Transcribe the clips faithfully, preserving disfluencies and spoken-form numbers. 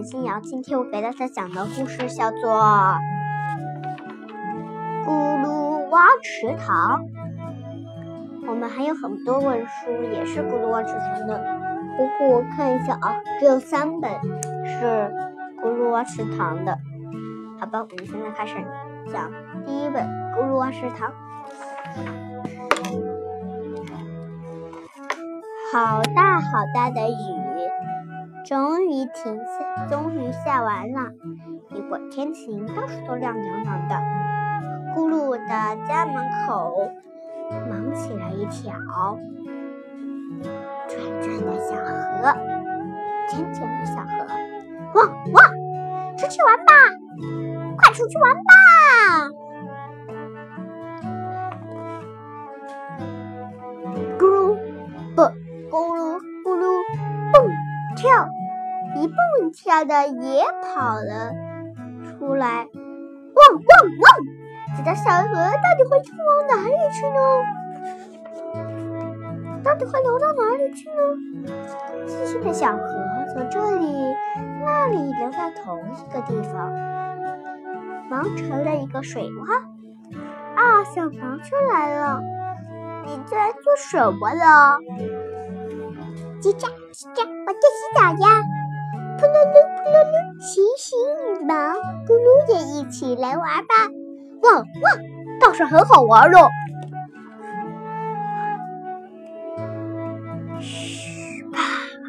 新瑶，今天我给大家讲的故事叫做《咕噜蛙池塘》。我们还有很多本书也是咕噜蛙池塘的，不过我看一下啊，只有三本是咕噜蛙池塘的。好吧，我们现在开始讲第一本《咕噜蛙池塘》。好大好大的雨，终于停下，终于下完了。一会儿天晴，到处都亮洋洋的。咕噜的家门口忙起了一条转转的小河，浅浅的小河。汪汪，出去玩吧，快出去玩吧！咕噜不。咕噜咕噜蹦跳，一蹦跳的也跑了出来。汪汪汪！这条小河到底会通往哪里去呢？到底会流到哪里去呢？细细的小河从这里那里流到同一个地方，忙成了一个水洼。啊，小房车来了，你在做什么呢？叽喳叽喳，我在洗澡呀！扑噜噜扑噜噜，洗洗羽毛，咕噜也一起来玩吧！汪汪，倒是很好玩的。嘘吧，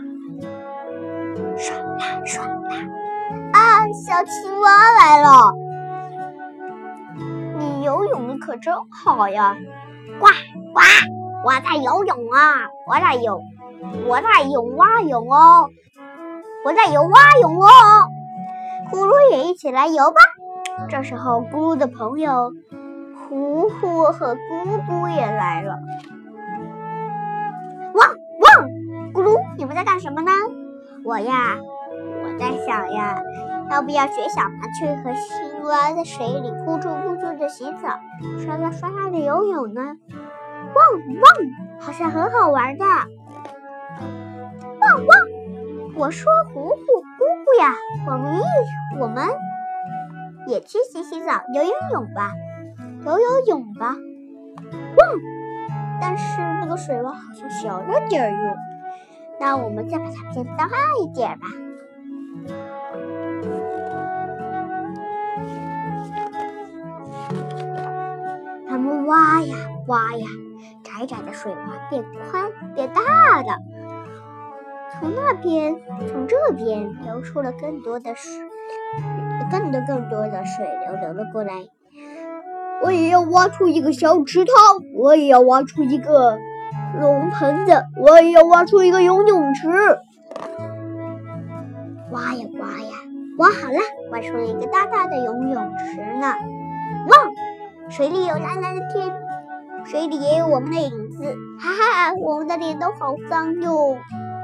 爽啦爽啦！啊，小青蛙来了！你游泳的可真好呀！呱呱，我在游泳啊，我在游。我在游蛙泳哦，我在游蛙泳哦，咕噜也一起来游吧。这时候，咕噜的朋友糊糊和咕咕也来了。汪汪，咕噜，你们在干什么呢？我呀，我在想呀，要不要学小麻雀和青蛙在水里扑出扑出的洗澡，刷啦刷啦的游泳呢？汪汪，好像很好玩的。汪汪！我说糊糊姑姑呀，我们一我们也去洗洗澡、游游泳吧，游游泳吧。汪！但是那个水洼好像小了点哟，那我们再把它变大一点吧。他们挖呀挖呀，窄窄的水洼变宽变大了。从那边，从这边流出了更多的水，更多更多的水流流了过来。我也要挖出一个小池塘，我也要挖出一个龙盆子，我也要挖出一个游泳池。挖呀挖呀，挖好了，挖出了一个大大的游泳池呢。汪！水里有蓝蓝的天，水里也有我们的影子，哈哈，我们的脸都好脏哟。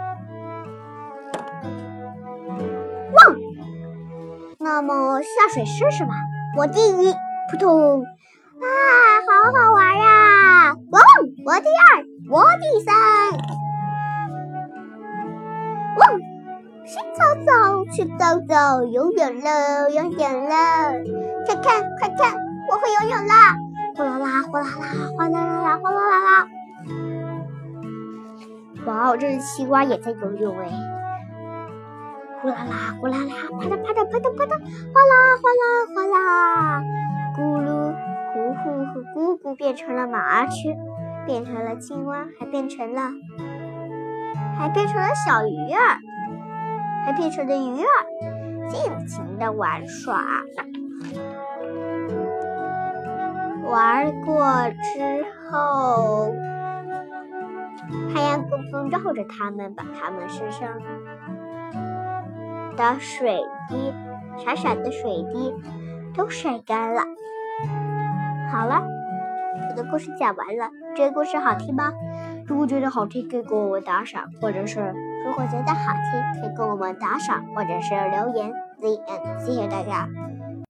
汪！那么下水试试吧，我第一，扑通！啊，好好玩呀！汪！我第二，我第三。汪！去走走，去走走，游泳了，游泳了！快看，快看，我会游泳啦！哗啦啦，哗啦啦，哗啦啦啦，哗啦啦啦！哇哦，这只青蛙也在游泳哎！呼啦啦，呼啦啦，啪嗒啪嗒啪嗒啪嗒，哗啦哗啦哗啦，咕噜、糊糊和咕咕变成了麻雀，变成了青蛙，还变成了，还变成了小鱼儿，还变成了鱼儿，尽情的玩耍。玩过之后，太阳公公照着它们，把它们身上的水滴，闪闪的水滴都晒干了。好了，我的故事讲完了。这个故事好听吗？如果觉得好听，可以给我们打赏，或者是如果觉得好听，可以给我们打赏，或者是留言。The end，谢谢大家。